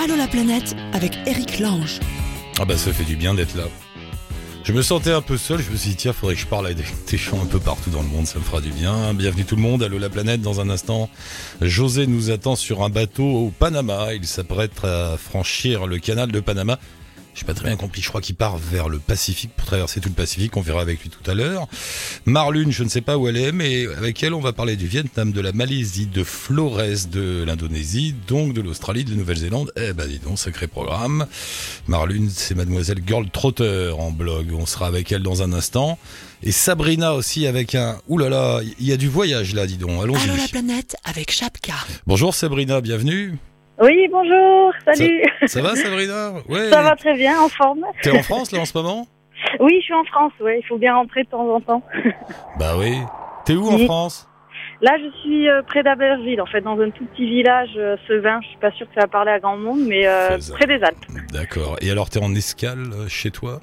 Allô la planète avec Eric Lange. Ah bah ça fait du bien d'être là. Je me sentais un peu seul, je me suis dit tiens, faudrait que je parle avec des gens un peu partout dans le monde, ça me fera du bien. Bienvenue tout le monde, allô la planète. Dans un instant, José nous attend sur un bateau au Panama. Il s'apprête à franchir le canal de Panama. J'ai pas très bien compris, je crois qu'il part vers le Pacifique pour traverser tout le Pacifique, on verra avec lui tout à l'heure. Marlune, je ne sais pas où elle est, mais avec elle on va parler du Vietnam, de la Malaisie, de Flores, de l'Indonésie, donc de l'Australie, de la Nouvelle-Zélande. Eh ben dis donc, sacré programme. Marlune, c'est mademoiselle Girl Trotter en blog, on sera avec elle dans un instant. Et Sabrina aussi avec un... Ouh là là, il y a du voyage là, dis donc, allons-y. Allô la planète avec Chapka. Bonjour Sabrina, bienvenue. Oui, bonjour, salut. Ça va Sabrina? Ouais. Ça va très bien, en forme. T'es en France là en ce moment? Oui, je suis en France, ouais, il faut bien rentrer de temps en temps. Bah oui. T'es où en France? Là, je suis près d'Aberville, en fait, dans un tout petit village, Sevin. Je suis pas sûre que ça va parler à grand monde, mais près des Alpes. D'accord. Et alors, t'es en escale chez toi?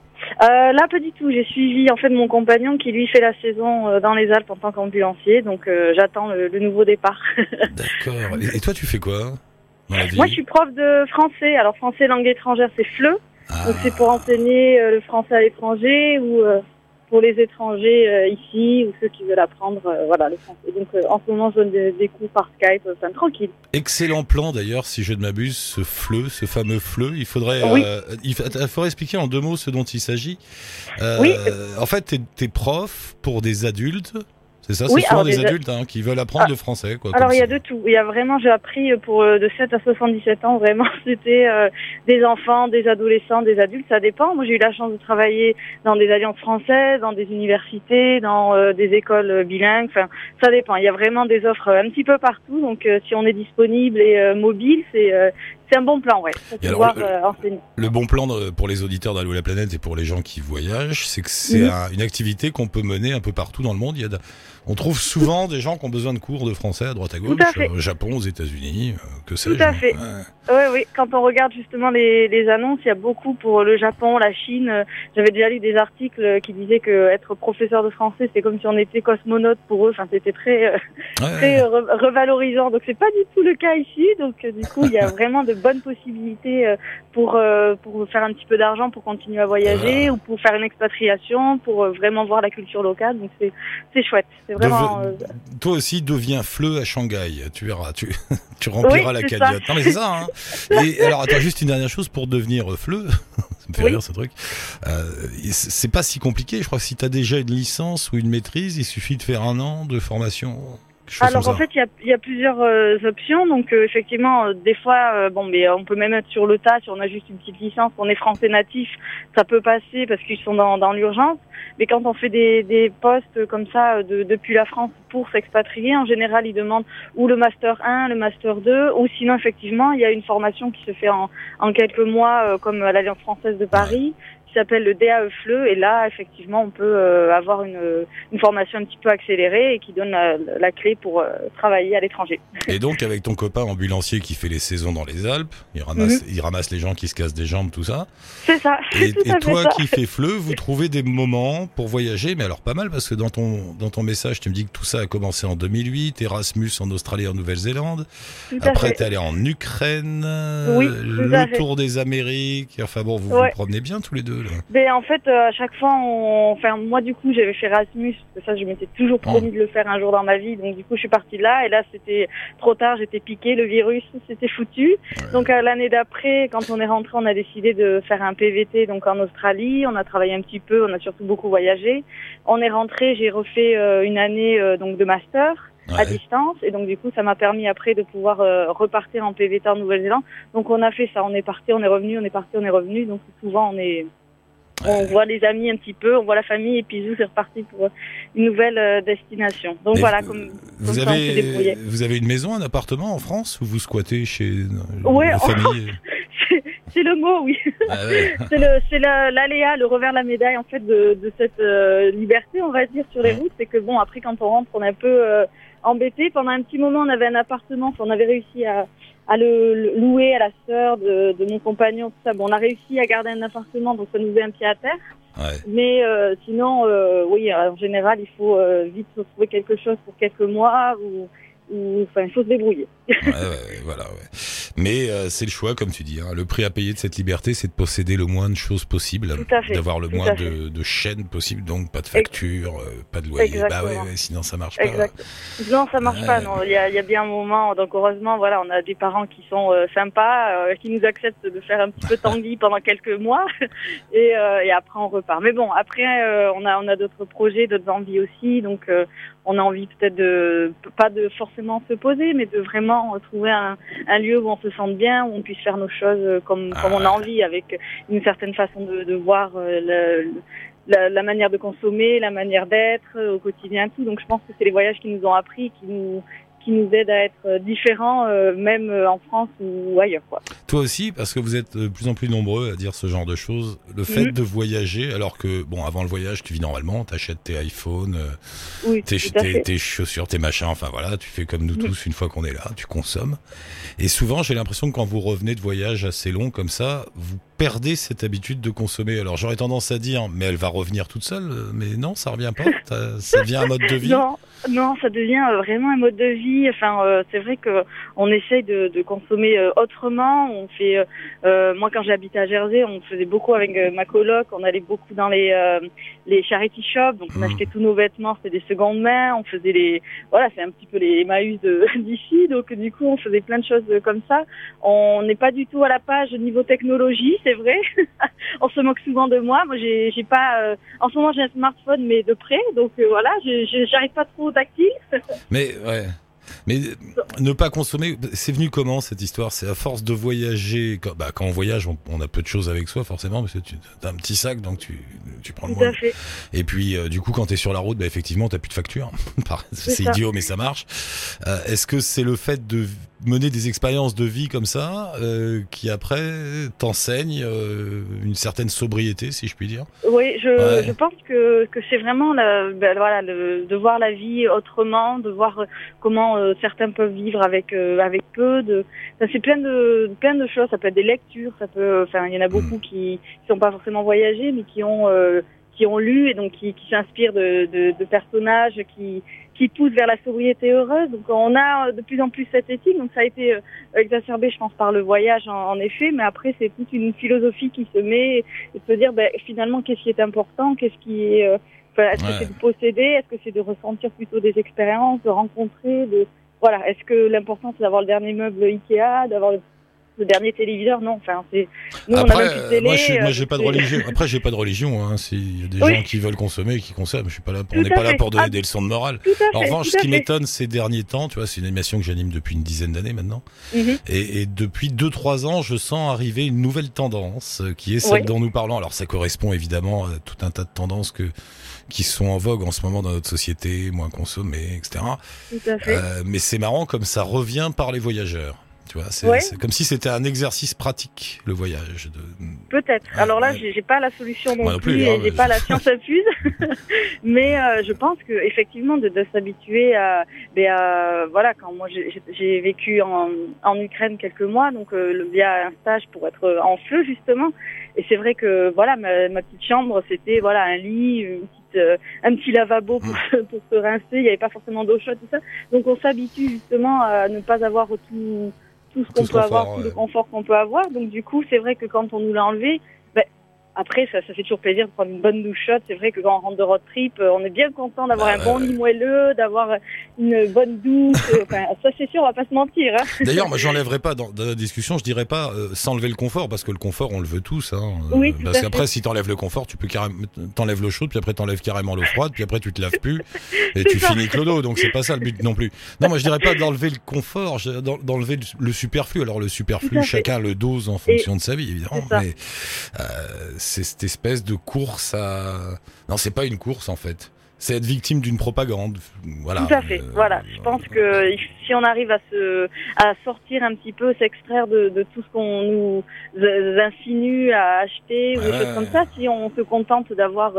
Là, pas du tout. J'ai suivi, en fait, mon compagnon qui, lui, fait la saison dans les Alpes en tant qu'ambulancier. Donc, j'attends le nouveau départ. D'accord. Et toi, tu fais quoi dans la vie? Moi, je suis prof de français. Alors, français langue étrangère, c'est FLE. Donc, c'est pour enseigner le français à l'étranger ou pour les étrangers ici ou ceux qui veulent apprendre voilà, le français. Donc, en ce moment, je donne des cours par Skype, enfin, tranquille. Excellent plan, d'ailleurs, si je ne m'abuse, ce FLE, ce fameux FLE. Il faudrait, oui. il faudrait expliquer en 2 mots ce dont il s'agit. Oui. En fait, t'es prof pour des adultes. C'est ça, oui, c'est souvent des adultes qui veulent apprendre le français. Quoi, alors, il y a de tout. Il y a vraiment, j'ai appris pour de 7 à 77 ans, vraiment, c'était des enfants, des adolescents, des adultes, ça dépend. Moi, j'ai eu la chance de travailler dans des alliances françaises, dans des universités, dans des écoles bilingues, enfin, ça dépend. Il y a vraiment des offres un petit peu partout, donc si on est disponible et mobile, c'est un bon plan, ouais, pour pouvoir enseigner. Le bon plan pour les auditeurs d'Allô la planète et pour les gens qui voyagent, c'est que c'est une activité qu'on peut mener un peu partout dans le monde. On trouve souvent des gens qui ont besoin de cours de français à droite à gauche, au Japon, aux États-Unis, que sais-je. Tout à fait. Ouais. Oui. Quand on regarde justement les annonces, il y a beaucoup pour le Japon, la Chine. J'avais déjà lu des articles qui disaient que être professeur de français, c'est comme si on était cosmonaute pour eux. Enfin, c'était très revalorisant. Donc, c'est pas du tout le cas ici. Donc, du coup, il y a vraiment de bonnes possibilités pour faire un petit peu d'argent, pour continuer à voyager ou pour faire une expatriation, pour vraiment voir la culture locale. Donc, c'est chouette. C'est vraiment. Toi aussi, deviens FLE à Shanghai. Tu verras. Tu rempliras la cagnotte. Non, mais c'est ça. Hein. Et alors, attends, juste une dernière chose pour devenir FLE. Ça me fait rire ce truc. C'est pas si compliqué. Je crois que si tu as déjà une licence ou une maîtrise, il suffit de faire 1 an de formation. Alors en fait, il y a plusieurs options. Donc effectivement, des fois, mais on peut même être sur le tas. Si on a juste une petite licence, on est français natif, ça peut passer parce qu'ils sont dans l'urgence. Mais quand on fait des postes comme ça depuis la France pour s'expatrier, en général, ils demandent ou le master 1, le master 2, ou sinon effectivement, il y a une formation qui se fait en quelques mois, comme à l'Alliance française de Paris. Qui s'appelle le DAE FLE, et là effectivement on peut avoir une formation un petit peu accélérée et qui donne la clé pour travailler à l'étranger. Et donc avec ton copain ambulancier qui fait les saisons dans les Alpes, il ramasse les gens qui se cassent des jambes, tout ça. C'est ça. Et toi qui fais FLE, vous trouvez des moments pour voyager, mais alors pas mal parce que dans ton message tu me dis que tout ça a commencé en 2008, Erasmus en Australie et en Nouvelle-Zélande. Après t'es allé en Ukraine, le tour des Amériques, enfin bon vous promenez bien tous les deux. Ben en fait, à chaque fois, moi du coup, j'avais fait Erasmus, parce que ça, je m'étais toujours promis de le faire un jour dans ma vie. Donc du coup, je suis partie de là, et là, c'était trop tard, j'étais piquée, le virus, c'était foutu. Donc l'année d'après, quand on est rentré, on a décidé de faire un PVT donc en Australie. On a travaillé un petit peu, on a surtout beaucoup voyagé. On est rentré, j'ai refait une année donc de master. À distance, et donc du coup ça m'a permis après de pouvoir repartir en PVT en Nouvelle-Zélande. Donc on a fait ça, on est parti, on est revenu, on est parti, on est revenu. Donc souvent on voit les amis un petit peu, on voit la famille, et puis c'est reparti pour une nouvelle destination. Donc voilà, vous avez une maison, un appartement en France, ou vous squattez chez la famille? C'est le mot, oui. C'est l'aléa, le revers de la médaille en fait de cette liberté, on va dire, sur les routes. C'est que bon, après quand on rentre, on est un peu embêté. Pendant un petit moment, on avait un appartement, on avait réussi à le louer à la sœur de mon compagnon, tout ça. Bon, on a réussi à garder un appartement, donc ça nous met un pied à terre. Mais sinon, en général, il faut vite se trouver quelque chose pour quelques mois ou enfin, il faut se débrouiller. Voilà. Mais c'est le choix, comme tu dis. Hein. Le prix à payer de cette liberté, c'est de posséder le moins de choses possible, d'avoir le moins de chaînes possible, donc pas de facture, pas de loyer. Bah ouais, sinon ça marche pas. Non, ça marche pas. Non, il y a bien un moment. Donc heureusement, voilà, on a des parents qui sont sympas, qui nous acceptent de faire un petit peu Tanguy pendant quelques mois, et après on repart. Mais bon, après on a d'autres projets, d'autres envies aussi. Donc on a envie peut-être pas de forcément se poser, mais de vraiment trouver un lieu où on se sente bien, où on puisse faire nos choses comme on a envie, avec une certaine façon de voir la manière de consommer, la manière d'être au quotidien, tout. Donc je pense que c'est les voyages qui nous ont appris, qui nous aident à être différents, même en France ou ailleurs, quoi. Toi aussi, parce que vous êtes de plus en plus nombreux à dire ce genre de choses, le fait de voyager, alors que, bon, avant le voyage, tu vis normalement, t'achètes tes iPhones, tes chaussures, tes machins, enfin voilà, tu fais comme nous tous une fois qu'on est là, tu consommes. Et souvent, j'ai l'impression que quand vous revenez de voyages assez longs comme ça, vous perdez cette habitude de consommer. Alors j'aurais tendance à dire, mais elle va revenir toute seule, mais non, ça revient pas, ça devient un mode de vie. Non, ça devient vraiment un mode de vie. Enfin, c'est vrai que on essaye de consommer autrement. On fait, moi quand j'habitais à Jersey, on faisait beaucoup avec ma coloc. On allait beaucoup dans les charity shops. Donc on achetait tous nos vêtements, c'était des secondes mains. On faisait c'est un petit peu les Emmaüs d'ici. Donc du coup, on faisait plein de choses comme ça. On n'est pas du tout à la page niveau technologie, c'est vrai. On se moque souvent de moi. Moi, j'ai pas. En ce moment, j'ai un smartphone, mais de près. Donc voilà, j'arrive pas trop tactile. Mais ne pas consommer, c'est venu comment cette histoire? C'est à force de voyager. Quand on voyage, on a peu de choses avec soi forcément, parce que tu as un petit sac, donc tu prends le moins. Et puis du coup, quand t'es sur la route, effectivement, t'as plus de facture. C'est idiot, mais ça marche. Est-ce que c'est le fait de mener des expériences de vie comme ça qui après t'enseignent une certaine sobriété, si je puis dire? Oui, je pense que c'est vraiment de voir la vie autrement, de voir comment certains peuvent vivre avec peu. C'est plein de choses. Ça peut être des lectures, il y en a beaucoup qui sont pas forcément voyagés, mais qui ont lu et donc qui s'inspirent de personnages qui poussent vers la sobriété heureuse. Donc on a de plus en plus cette éthique. Donc ça a été exacerbé, je pense, par le voyage en effet. Mais après, c'est toute une philosophie qui se met et de se dire finalement qu'est-ce qui est important, qu'est-ce qui est est-ce que c'est de posséder, est-ce que c'est de ressentir plutôt des expériences, de rencontrer, est-ce que l'important c'est d'avoir le dernier meuble Ikea, d'avoir le dernier téléviseur? Non, nous après, on a même plus de télé. Moi j'ai pas de religion. Après j'ai pas de religion. Hein. S'il y a des gens qui veulent consommer et qui consomment, je suis pas là. On n'est pas là pour donner des leçons de morale. En revanche, ce qui m'étonne ces derniers temps, tu vois, c'est une animation que j'anime depuis une dizaine d'années maintenant, et depuis 2-3 ans, je sens arriver une nouvelle tendance qui est celle dont nous parlons. Alors ça correspond évidemment à tout un tas de tendances qui sont en vogue en ce moment dans notre société, moins consommées, etc. Mais c'est marrant comme ça revient par les voyageurs. Tu vois, c'est comme si c'était un exercice pratique, le voyage. Peut-être. Alors là, j'ai pas la solution non plus, et j'ai pas la science infuse. Mais je pense que effectivement, de s'habituer quand moi j'ai vécu en Ukraine quelques mois, donc via un stage pour être en FLE justement. Et c'est vrai que ma petite chambre, c'était un lit, un petit lavabo pour se rincer. Il n'y avait pas forcément d'eau chaude, tout ça. Donc on s'habitue justement à ne pas avoir tout ce qu'on peut avoir, tout le confort qu'on peut avoir. Donc du coup, c'est vrai que quand on nous l'a enlevé, après ça fait toujours plaisir de prendre une bonne douche chaude. C'est vrai que quand on rentre de road trip, on est bien content d'avoir un bon lit moelleux, d'avoir une bonne douche. Ça c'est sûr, on va pas se mentir. Hein. D'ailleurs, moi j'enlèverai pas dans la discussion, je dirais pas s'enlever le confort, parce que le confort on le veut tous. Hein, parce qu'après si t'enlèves le confort, tu peux t'enlèves l'eau chaude, puis après t'enlèves carrément l'eau froide, puis après tu te laves plus et tu finis que l'eau. Donc c'est pas ça le but non plus. Non, moi je dirais pas d'enlever le confort, d'enlever le superflu. Alors le superflu, chacun le dose en fonction de sa vie évidemment, mais c'est cette espèce de course à... Non, c'est pas une course en fait. C'est être victime d'une propagande. Voilà. Tout à fait. Je pense que si on arrive à sortir un petit peu, s'extraire de tout ce qu'on nous insinue à acheter ou des choses comme ça, si on se contente d'avoir,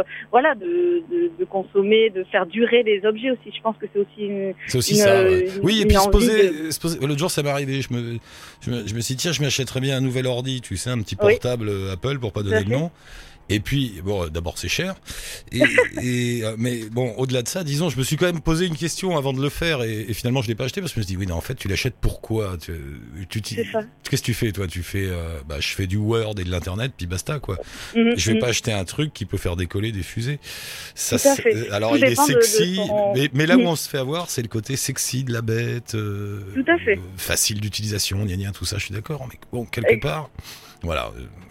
de consommer, de faire durer les objets aussi. Je pense que c'est aussi ça. Oui, et puis se poser. L'autre jour, ça m'est arrivé. Je me suis dit, tiens, je m'achèterais bien un nouvel ordi, tu sais, un petit portable Apple pour pas donner le nom. Et puis, bon, d'abord c'est cher. Mais bon, au-delà de ça, disons, je me suis quand même posé une question avant de le faire et finalement je l'ai pas acheté parce que je me suis dit, oui, non, en fait, tu l'achètes pourquoi C'est ça. Qu'est-ce que tu fais, toi? Tu fais, je fais du Word et de l'Internet, puis basta, quoi. Je vais pas acheter un truc qui peut faire décoller des fusées. Ça, Tout à fait. alors, Tout il est dépend sexy, de son... mais là où on se fait avoir, c'est le côté sexy de la bête, Tout à fait. facile d'utilisation, gna gna, tout ça, je suis d'accord, mais bon, quelque part, voilà.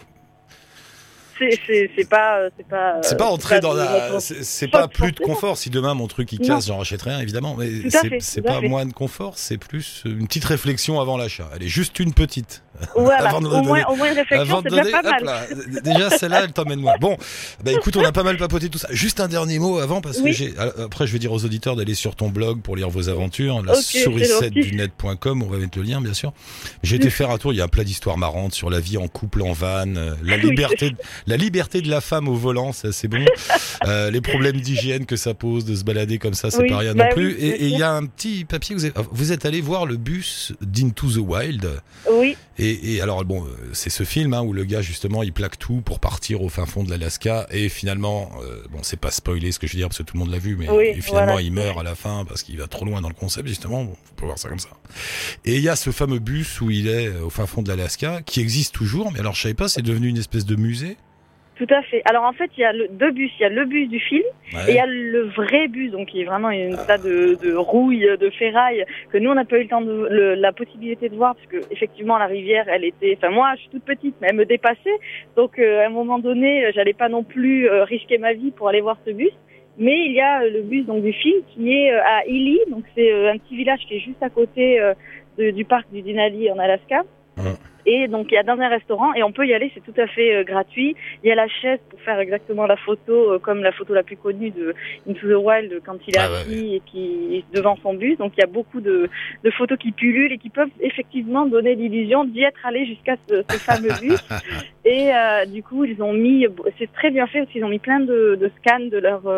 C'est pas entrer dans la, c'est pas plus de forcément. confort. Si demain mon truc il casse, j'en rachète rien évidemment, mais Tout à fait, c'est tout à pas fait. moins de confort, c'est plus une petite réflexion avant l'achat. Elle est juste une petite. Voilà, Avant de au moins une réflexion, avant de c'est déjà donner, pas hop mal. là, déjà celle-là, elle t'emmène loin. Bon, écoute, on a pas mal papoté tout ça. Juste un dernier mot avant parce que après je vais dire aux auditeurs d'aller sur ton blog pour lire vos aventures, la sourisette-du-net.com, on va mettre le lien bien sûr. J'ai été faire un tour, il y a plein d'histoires marrantes sur la vie en couple en van, la liberté de la femme au volant, c'est assez bon. Les problèmes d'hygiène que ça pose de se balader comme ça, c'est pas rien non plus. Et il y a un petit papier, vous êtes allé voir le bus d'Into the Wild. Oui. Et alors bon, c'est ce film où le gars justement il plaque tout pour partir au fin fond de l'Alaska et finalement, bon c'est pas spoiler ce que je veux dire parce que tout le monde l'a vu, mais finalement il meurt à la fin parce qu'il va trop loin dans le concept justement, bon, faut pas voir ça comme ça. Et il y a ce fameux bus où il est au fin fond de l'Alaska qui existe toujours, mais alors je savais pas, c'est devenu une espèce de musée. Tout à fait. Alors en fait, il y a deux bus. Il y a le bus du film et il y a le vrai bus, donc qui est vraiment une tas de rouille, de ferraille que nous on n'a pas eu le temps la possibilité de voir parce que effectivement la rivière, elle était. Enfin moi, je suis toute petite, mais elle me dépassait. Donc à un moment donné, j'allais pas non plus risquer ma vie pour aller voir ce bus. Mais il y a le bus donc du film qui est à Ely, donc c'est un petit village qui est juste à côté du parc du Denali en Alaska. Et donc il y a dans un restaurant et on peut y aller, c'est tout à fait gratuit. Il y a la chaise pour faire exactement la photo, comme la photo la plus connue de Into the Wild quand il est assis et qui est devant son bus. Donc il y a beaucoup de photos qui pullulent et qui peuvent effectivement donner l'illusion d'y être allé jusqu'à ce fameux bus. Et du coup ils ont mis, c'est très bien fait parce qu'ils ont mis plein de scans de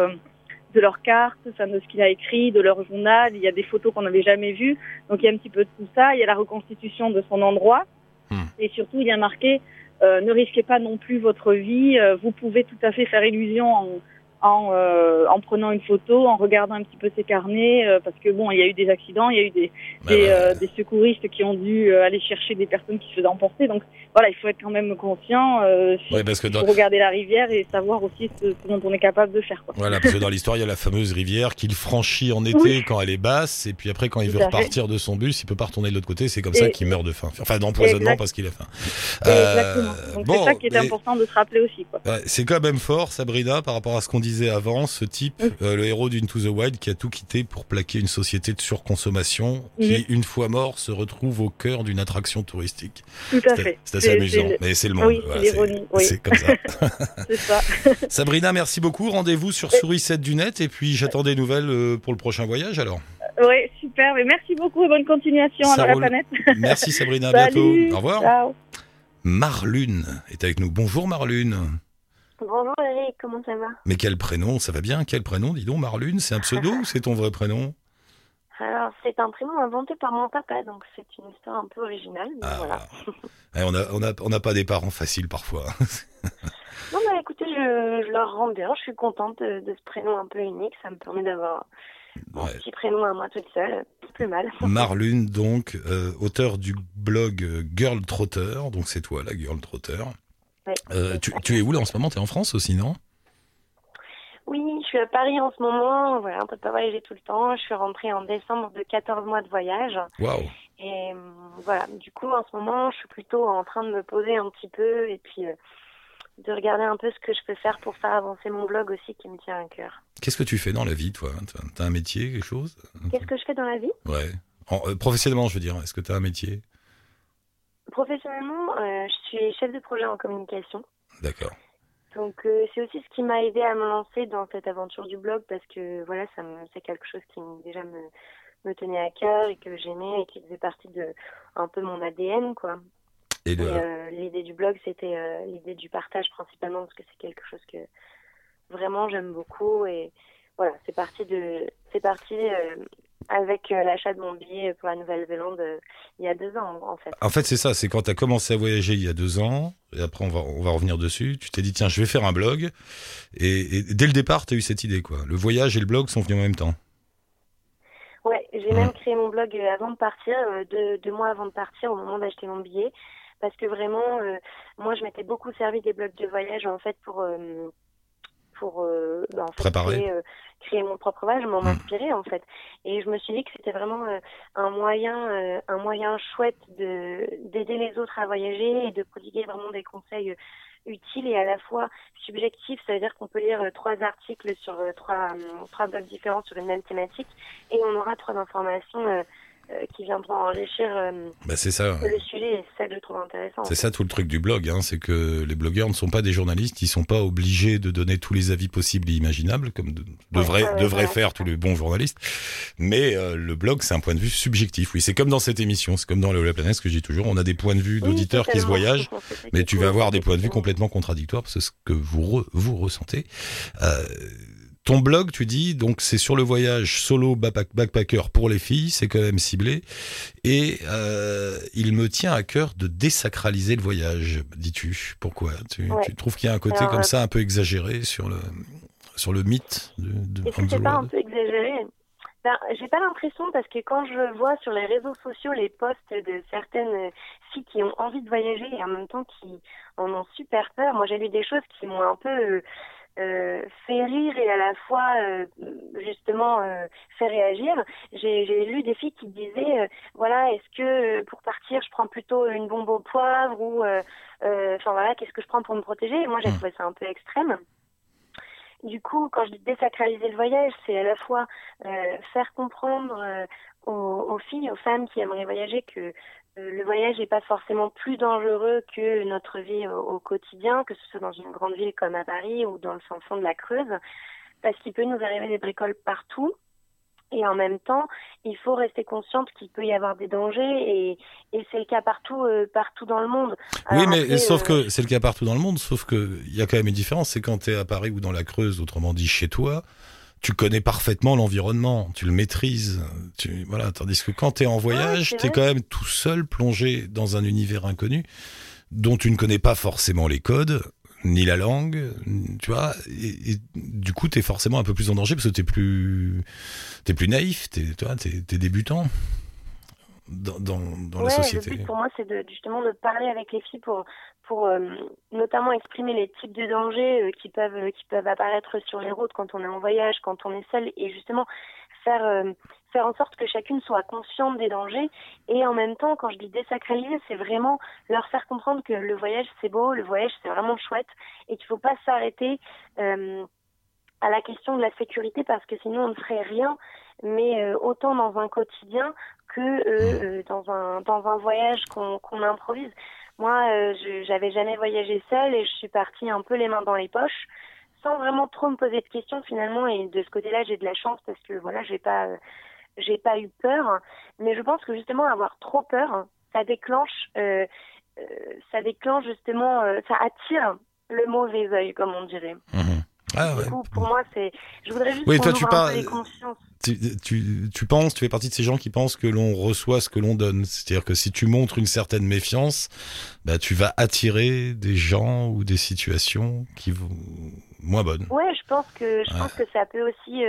leur carte, enfin de ce qu'il a écrit, de leur journal. Il y a des photos qu'on n'avait jamais vues. Donc il y a un petit peu de tout ça. Il y a la reconstitution de son endroit. Et surtout, il y a marqué ne risquez pas non plus votre vie. Vous pouvez tout à fait faire illusion en prenant une photo, en regardant un petit peu ses carnets, parce que bon, il y a eu des accidents, il y a eu des secouristes qui ont dû aller chercher des personnes qui se faisaient emporter. Donc voilà, il faut être quand même conscient. Parce que faut regarder la rivière et savoir aussi ce dont on est capable de faire. Quoi. Voilà, parce que dans l'histoire, il y a la fameuse rivière qu'il franchit en été quand elle est basse, et puis après, quand il veut repartir de son bus, il peut pas retourner de l'autre côté. C'est comme ça qu'il meurt de faim. Enfin, d'empoisonnement parce qu'il a faim. Exactement. Donc c'est ça qui est important de se rappeler aussi. Quoi. C'est quand même fort, Sabrina, par rapport à ce qu'on disait avant, ce type, le héros d'Into the Wild, qui a tout quitté pour plaquer une société de surconsommation, qui, une fois mort, se retrouve au cœur d'une attraction touristique. Tout à fait. C'est assez amusant, mais c'est le monde. Oui, c'est l'ironie. C'est comme ça. C'est ça. Sabrina, merci beaucoup. Rendez-vous sur Sourisette-du-net et puis j'attends des nouvelles pour le prochain voyage alors. Oui, super. Mais merci beaucoup et bonne continuation à la planète. Merci Sabrina, à bientôt. Au revoir. Ciao. Marlune est avec nous. Bonjour Marlune. Bonjour Eric, comment ça va? Mais quel prénom, ça va bien? Quel prénom, dis donc, Marlune? C'est un pseudo ou c'est ton vrai prénom? Alors, c'est un prénom inventé par mon papa, donc c'est une histoire un peu originale, mais voilà. On n'a pas des parents faciles parfois. Non, mais écoutez, je leur rends bien, je suis contente de ce prénom un peu unique, ça me permet d'avoir un petit prénom à moi toute seule, c'est plus mal. Marlune, donc, auteur du blog Girl Trotter, donc c'est toi la Girl Trotter. Ouais. Tu es où là en ce moment? T'es en France aussi, non? Oui, je suis à Paris en ce moment. Voilà, on peut pas voyager tout le temps. Je suis rentrée en décembre de 14 mois de voyage. Waouh. Et voilà, du coup, en ce moment, je suis plutôt en train de me poser un petit peu et puis de regarder un peu ce que je peux faire pour faire avancer mon blog aussi qui me tient à cœur. Qu'est-ce que tu fais dans la vie, toi? T'as un métier, quelque chose? Qu'est-ce que je fais dans la vie? Ouais. Professionnellement, je veux dire. Est-ce que t'as un métier? Professionnellement, je suis chef de projet en communication. D'accord. Donc c'est aussi ce qui m'a aidé à me lancer dans cette aventure du blog parce que voilà, c'est quelque chose qui déjà me tenait à cœur et que j'aimais et qui faisait partie de un peu mon ADN quoi. Et l'idée du blog, c'était l'idée du partage principalement parce que c'est quelque chose que vraiment j'aime beaucoup et voilà, c'est parti avec l'achat de mon billet pour la Nouvelle-Zélande il y a 2 ans, en fait. En fait, c'est ça, c'est quand tu as commencé à voyager il y a 2 ans, et après on va revenir dessus, tu t'es dit, tiens, je vais faire un blog, et dès le départ, tu as eu cette idée, quoi. Le voyage et le blog sont venus en même temps. Ouais, j'ai même créé mon blog avant de partir, 2 mois avant de partir, au moment d'acheter mon billet, parce que vraiment, moi, je m'étais beaucoup servi des blogs de voyage, en fait, pour en fait, Préparer. créer mon propre voyage, m'en inspirer en fait. Et je me suis dit que c'était vraiment un moyen chouette d'aider les autres à voyager et de prodiguer vraiment des conseils utiles et à la fois subjectifs. Ça veut dire qu'on peut lire 3 articles sur trois blogs différents sur une même thématique et on aura 3 informations qui viendront enrichir C'est ça. le sujet, et c'est ça que je trouve intéressant. C'est ça tout le truc du blog, hein, c'est que les blogueurs ne sont pas des journalistes, ils sont pas obligés de donner tous les avis possibles et imaginables, comme devraient faire tous les bons journalistes. Mais le blog, c'est un point de vue subjectif. Oui, c'est comme dans cette émission, c'est comme dans la planète, ce que je dis toujours, on a des points de vue d'auditeurs qui se voyagent, mais tu vas avoir des points de vue complètement contradictoires, parce que ce que vous ressentez. Ton blog, tu dis, donc c'est sur le voyage solo backpacker pour les filles, c'est quand même ciblé. Et il me tient à cœur de désacraliser le voyage, dis-tu. Pourquoi tu trouves qu'il y a un côté comme ça un peu exagéré sur le mythe de Est-ce que c'est pas un peu exagéré? J'ai pas l'impression, parce que quand je vois sur les réseaux sociaux les posts de certaines filles qui ont envie de voyager et en même temps qui en ont super peur, moi j'ai lu des choses qui m'ont un peu fait rire et à la fois justement fait réagir. J'ai lu des filles qui disaient voilà, est-ce que pour partir je prends plutôt une bombe au poivre ou enfin voilà, qu'est-ce que je prends pour me protéger? Et moi j'ai trouvé ça un peu extrême. Du coup, quand je dis désacraliser le voyage, c'est à la fois faire comprendre aux filles, aux femmes qui aimeraient voyager que le voyage n'est pas forcément plus dangereux que notre vie au quotidien, que ce soit dans une grande ville comme à Paris ou dans le fin fond de la Creuse, parce qu'il peut nous arriver des bricoles partout. Et en même temps, il faut rester consciente qu'il peut y avoir des dangers et c'est le cas partout dans le monde. Alors oui, mais après, sauf que c'est le cas partout dans le monde, sauf que il y a quand même une différence, c'est quand tu es à Paris ou dans la Creuse, autrement dit chez toi, tu connais parfaitement l'environnement, tu le maîtrises, voilà, tandis que quand tu es en voyage, tu es quand même tout seul plongé dans un univers inconnu dont tu ne connais pas forcément les codes ni la langue, tu vois, et du coup t'es forcément un peu plus en danger parce que t'es plus naïf, t'es débutant dans la société. Le but pour moi c'est justement de parler avec les filles pour notamment exprimer les types de dangers qui peuvent apparaître sur les routes quand on est en voyage, quand on est seul, et justement faire en sorte que chacune soit consciente des dangers. Et en même temps, quand je dis désacraliser, c'est vraiment leur faire comprendre que le voyage c'est beau, le voyage c'est vraiment chouette et qu'il faut pas s'arrêter à la question de la sécurité, parce que sinon on ne ferait rien, mais autant dans un quotidien que dans un voyage qu'on improvise. Moi, j'avais jamais voyagé seule et je suis partie un peu les mains dans les poches, sans vraiment trop me poser de questions finalement. Et de ce côté-là, j'ai de la chance parce que voilà, j'ai pas eu peur. Mais je pense que justement avoir trop peur, ça déclenche justement, ça attire le mauvais œil, comme on dirait. Ah, ouais. Du coup, pour moi, je voudrais juste qu'on ouvre un peu les consciences. Tu fais partie de ces gens qui pensent que l'on reçoit ce que l'on donne. C'est-à-dire que si tu montres une certaine méfiance, bah, tu vas attirer des gens ou des situations qui vont moins bonnes. Ouais, je pense que ça peut aussi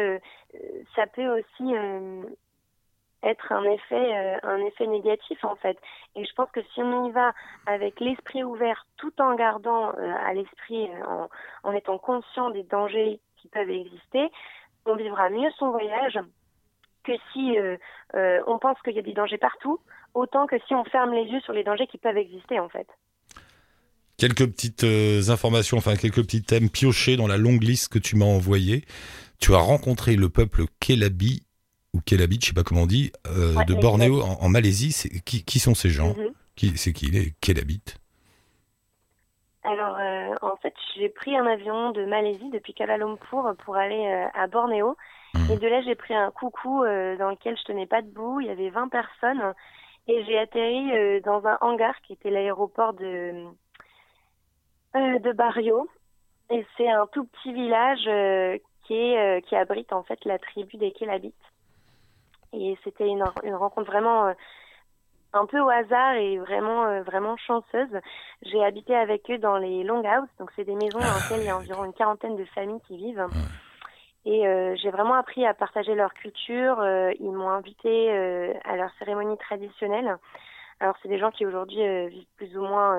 être un effet négatif en fait. Et je pense que si on y va avec l'esprit ouvert, tout en gardant à l'esprit, en étant conscient des dangers qui peuvent exister, on vivra mieux son voyage que si on pense qu'il y a des dangers partout, autant que si on ferme les yeux sur les dangers qui peuvent exister en fait. Quelques petites informations, enfin quelques petits thèmes piochés dans la longue liste que tu m'as envoyée. Tu as rencontré le peuple Kelabit, ou Kelabit, je sais pas comment on dit, de Bornéo en Malaisie. Qui sont ces gens? C'est qui les Kelabit? Alors, en fait, j'ai pris un avion de Malaisie depuis Kuala Lumpur pour aller à Bornéo. Et de là, j'ai pris un coucou dans lequel je tenais pas debout. Il y avait 20 personnes. Et j'ai atterri dans un hangar qui était l'aéroport de Barrio. Et c'est un tout petit village qui abrite en fait la tribu des Kelabit. Et c'était une rencontre vraiment un peu au hasard et vraiment chanceuse. J'ai habité avec eux dans les longhouses, donc c'est des maisons dans lesquelles il y a environ une quarantaine de familles qui vivent. Et j'ai vraiment appris à partager leur culture. Ils m'ont invité à leur cérémonie traditionnelle. Alors c'est des gens qui aujourd'hui vivent plus ou moins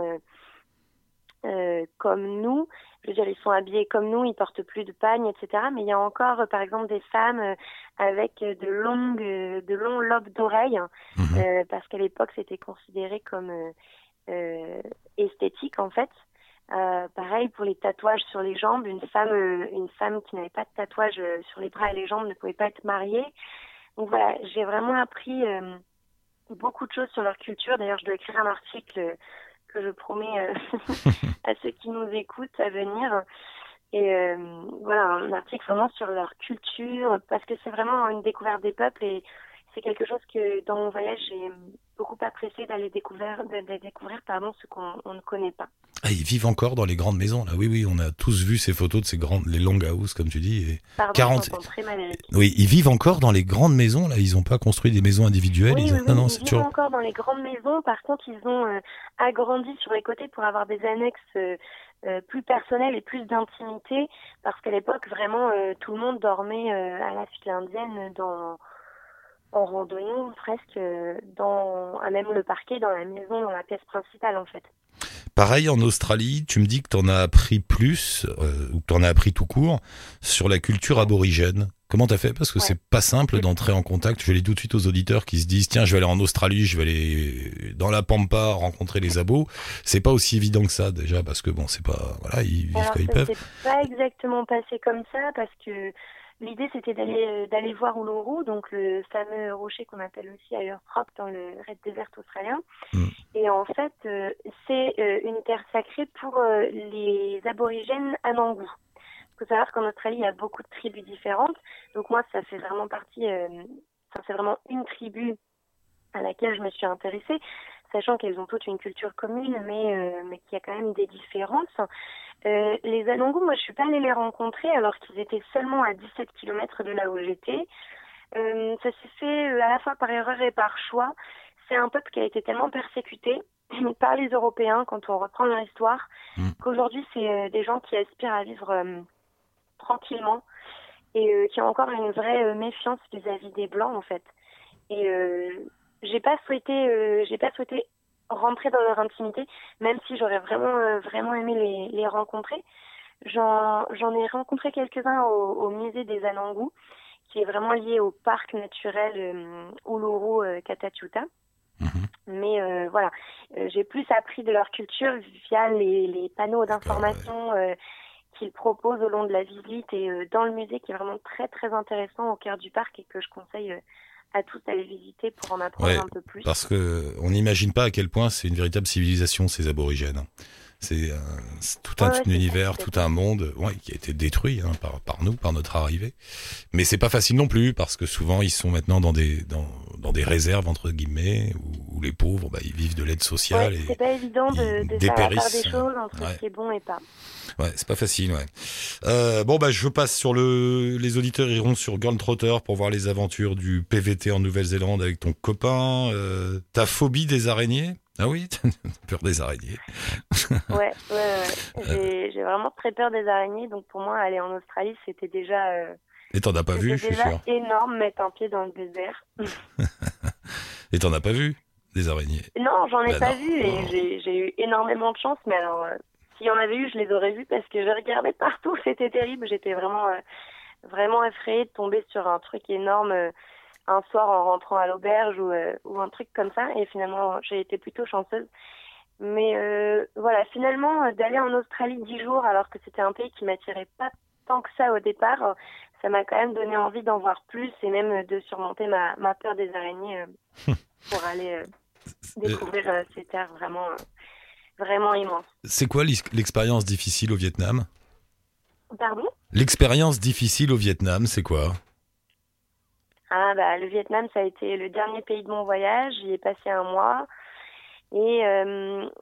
comme nous. Je veux dire, ils sont habillés comme nous, ils portent plus de pagne, etc. Mais il y a encore, par exemple, des femmes avec de longs lobes d'oreilles, parce qu'à l'époque, c'était considéré comme esthétique, en fait. Pareil pour les tatouages sur les jambes. Une femme qui n'avait pas de tatouage sur les bras et les jambes ne pouvait pas être mariée. Donc voilà, j'ai vraiment appris beaucoup de choses sur leur culture. D'ailleurs, je dois écrire un article que je promets à ceux qui nous écoutent à venir. Et voilà, un article vraiment sur leur culture, parce que c'est vraiment une découverte des peuples et c'est quelque chose que dans mon voyage, j'ai beaucoup apprécié d'aller découvrir ce qu'on ne connaît pas. Ah, ils vivent encore dans les grandes maisons, là. Oui, on a tous vu ces photos de ces les longhouses, comme tu dis. Et Pardon, 40... je m'entends très mal, Eric. Oui, ils vivent encore dans les grandes maisons, là. Ils n'ont pas construit des maisons individuelles. Oui, Non, ils vivent encore dans les grandes maisons. Par contre, ils ont agrandi sur les côtés pour avoir des annexes plus personnelles et plus d'intimité. Parce qu'à l'époque, vraiment, tout le monde dormait à la file indienne en randonnée, presque, à même le parquet, dans la maison, dans la pièce principale, en fait. Pareil, en Australie, tu me dis que tu en as appris plus, ou que tu en as appris tout court, sur la culture aborigène. Comment t'as fait? Parce que c'est pas simple d'entrer en contact. Je le dis tout de suite aux auditeurs qui se disent, tiens, je vais aller en Australie, je vais aller dans la Pampa rencontrer les abos. C'est pas aussi évident que ça, déjà, parce que bon, c'est pas, voilà, ils vivent comme ils peuvent. C'est pas exactement passé comme ça, parce que l'idée, c'était d'aller voir Uluru, donc le fameux rocher qu'on appelle aussi Ayers Rock dans le Red Desert australien. Et en fait, c'est une terre sacrée pour les aborigènes Anangu. Il faut savoir qu'en Australie, il y a beaucoup de tribus différentes. Donc moi, ça fait vraiment c'est vraiment une tribu à laquelle je me suis intéressée, sachant qu'elles ont toutes une culture commune, mais qu'il y a quand même des différences. Les Anangu, moi, je suis pas allée les rencontrer alors qu'ils étaient seulement à 17 km de là où j'étais. Ça s'est fait à la fois par erreur et par choix. C'est un peuple qui a été tellement persécuté par les Européens quand on reprend leur histoire, qu'aujourd'hui, c'est des gens qui aspirent à vivre tranquillement et qui ont encore une vraie méfiance vis-à-vis des Blancs, en fait. Et j'ai pas souhaité rentrer dans leur intimité, même si j'aurais vraiment aimé les rencontrer. J'en ai rencontré quelques-uns au musée des Anangu, qui est vraiment lié au parc naturel Uluru Katachuta. Mais voilà, j'ai plus appris de leur culture via les panneaux d'information qu'ils proposent au long de la visite et dans le musée, qui est vraiment très très intéressant au cœur du parc et que je conseille à tous d'aller visiter pour en apprendre un peu plus. Parce que on n'imagine pas à quel point c'est une véritable civilisation, ces aborigènes. C'est tout un univers, tout un monde qui a été détruit par nous, par notre arrivée. Mais c'est pas facile non plus, parce que souvent ils sont maintenant dans des réserves entre guillemets où les pauvres ils vivent de l'aide sociale. Ouais, c'est pas évident de faire la part des choses entre ce qui est bon et pas. Ouais, c'est pas facile, je passe sur les auditeurs iront sur Girl Trotter pour voir les aventures du PVT en Nouvelle-Zélande avec ton copain. Ta phobie des araignées? Ah oui, peur des araignées. Ouais. J'ai vraiment très peur des araignées, donc pour moi, aller en Australie, c'était déjà... Et t'en as pas vu, je suis sûr. C'était énorme, mettre un pied dans le désert. Et t'en as pas vu, des araignées? Non, j'en ai pas vu, et j'ai eu énormément de chance, mais alors, s'il y en avait eu, je les aurais vues, parce que je regardais partout, c'était terrible, j'étais vraiment effrayée de tomber sur un truc énorme... un soir en rentrant à l'auberge ou un truc comme ça, et finalement j'ai été plutôt chanceuse. Mais voilà, finalement d'aller en Australie 10 jours alors que c'était un pays qui m'attirait pas tant que ça au départ, ça m'a quand même donné envie d'en voir plus et même de surmonter ma peur des araignées pour aller découvrir ces terres vraiment immenses. C'est quoi l'expérience difficile au Vietnam? Pardon? L'expérience difficile au Vietnam, c'est quoi? Le Vietnam, ça a été le dernier pays de mon voyage. J'y ai passé un mois. Et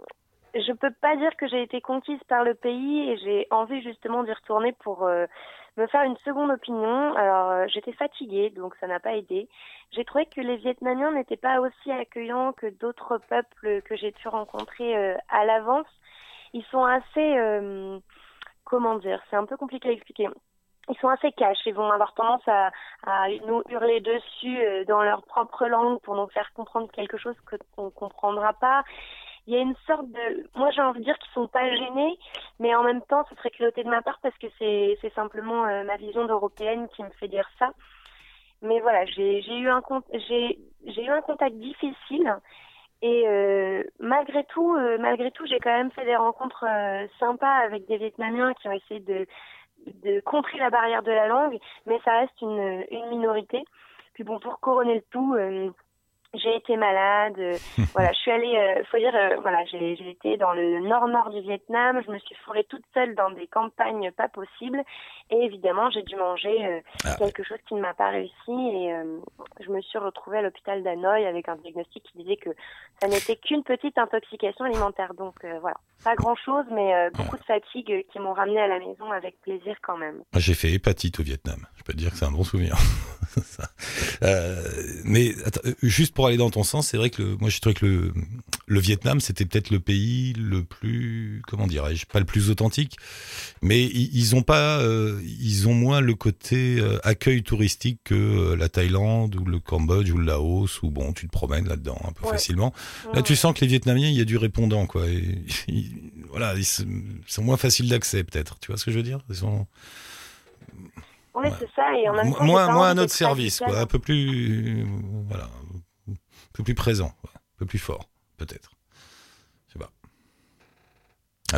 je peux pas dire que j'ai été conquise par le pays et j'ai envie justement d'y retourner pour me faire une seconde opinion. Alors, j'étais fatiguée, donc ça n'a pas aidé. J'ai trouvé que les Vietnamiens n'étaient pas aussi accueillants que d'autres peuples que j'ai pu rencontrer à l'avance. Ils sont assez... comment dire ? C'est un peu compliqué à expliquer. Ils sont assez cash, ils vont avoir tendance à nous hurler dessus dans leur propre langue pour nous faire comprendre quelque chose qu'on ne comprendra pas. Il y a une sorte de... Moi, j'ai envie de dire qu'ils sont pas gênés, mais en même temps, ce serait culotté de ma part parce que c'est simplement ma vision d'européenne qui me fait dire ça. Mais voilà, j'ai eu un contact difficile et malgré tout, j'ai quand même fait des rencontres sympas avec des Vietnamiens qui ont essayé de contrer la barrière de la langue, mais ça reste une minorité. Puis bon, pour couronner le tout, j'ai été malade. Voilà, je suis allée, faut dire, voilà, j'ai été dans le nord du Vietnam. Je me suis fourrée toute seule dans des campagnes pas possibles, et évidemment, j'ai dû manger quelque chose qui ne m'a pas réussi. Et je me suis retrouvée à l'hôpital d'Hanoï avec un diagnostic qui disait que ça n'était qu'une petite intoxication alimentaire. Donc voilà, pas grand-chose, mais beaucoup de fatigue qui m'ont ramenée à la maison avec plaisir quand même. J'ai fait hépatite au Vietnam. Je peux te dire que c'est un bon souvenir. Ça. Mais attends, juste pour aller dans ton sens, c'est vrai que moi j'ai trouvé que le Vietnam c'était peut-être le pays le plus, comment dirais-je, pas le plus authentique, mais ils ont moins le côté accueil touristique que la Thaïlande ou le Cambodge ou le Laos, où bon tu te promènes là-dedans un peu facilement. Là tu sens que les Vietnamiens, il y a du répondant quoi. Voilà, ils sont moins faciles d'accès peut-être. Tu vois ce que je veux dire ? Ils sont... Oui, c'est ça, et en même temps, moins à notre service, quoi, un peu plus, voilà, un peu plus présent, quoi, un peu plus fort, peut-être. Je sais pas. Allô ?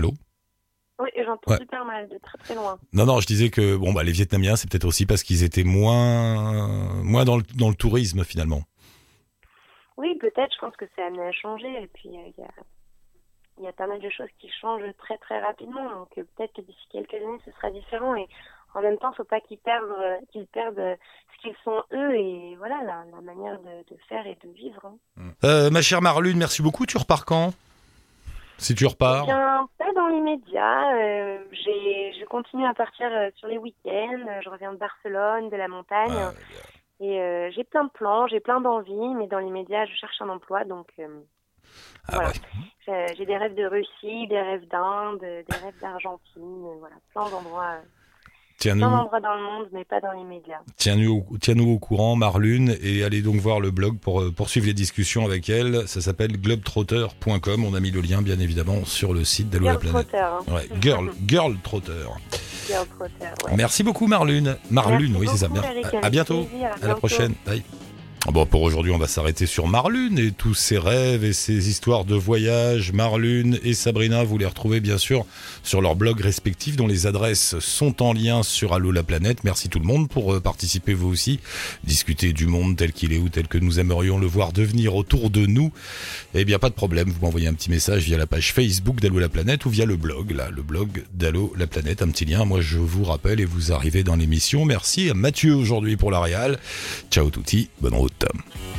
Oui, j'entends super mal, de très très loin. Non, je disais que bon, bah, les Vietnamiens, c'est peut-être aussi parce qu'ils étaient moins dans le tourisme finalement. Oui, peut-être. Je pense que c'est amené à changer, et puis il y a pas mal de choses qui changent très très rapidement, donc peut-être que d'ici quelques années, ce sera différent. Et en même temps, il ne faut pas qu'ils perdent ce qu'ils sont eux et voilà la manière de faire et de vivre. Ma chère Marlune, merci beaucoup. Tu repars quand ? Si tu repars ? Eh bien, pas dans l'immédiat. Je continue à partir sur les week-ends. Je reviens de Barcelone, de la montagne. Et j'ai plein de plans, j'ai plein d'envies, mais dans l'immédiat, je cherche un emploi. Donc voilà. Ouais. J'ai des rêves de Russie, des rêves d'Inde, des rêves d'Argentine. Voilà, plein d'endroits... Plein d'endroits dans le monde, mais pas dans l'immédiat. Tiens-nous au courant, Marlune, et allez donc voir le blog pour poursuivre les discussions avec elle. Ça s'appelle globetrotter.com. On a mis le lien, bien évidemment, sur le site d'Allo la Planète. Ouais, Girl Trotter. Girl Trotter, ouais. Merci beaucoup, Marlune. Marlune, oui, c'est ça. À bientôt. À la prochaine. Bye. Bon, pour aujourd'hui, on va s'arrêter sur Marlune et tous ses rêves et ses histoires de voyage. Marlune et Sabrina, vous les retrouvez bien sûr sur leurs blogs respectifs dont les adresses sont en lien sur Allo la Planète. Merci tout le monde pour participer vous aussi, discuter du monde tel qu'il est ou tel que nous aimerions le voir devenir autour de nous. Eh bien, pas de problème, vous m'envoyez un petit message via la page Facebook d'Allo la Planète ou via le blog d'Allo la Planète, un petit lien. Moi, je vous rappelle et vous arrivez dans l'émission. Merci à Mathieu aujourd'hui pour la réal. Ciao touti, bonne route.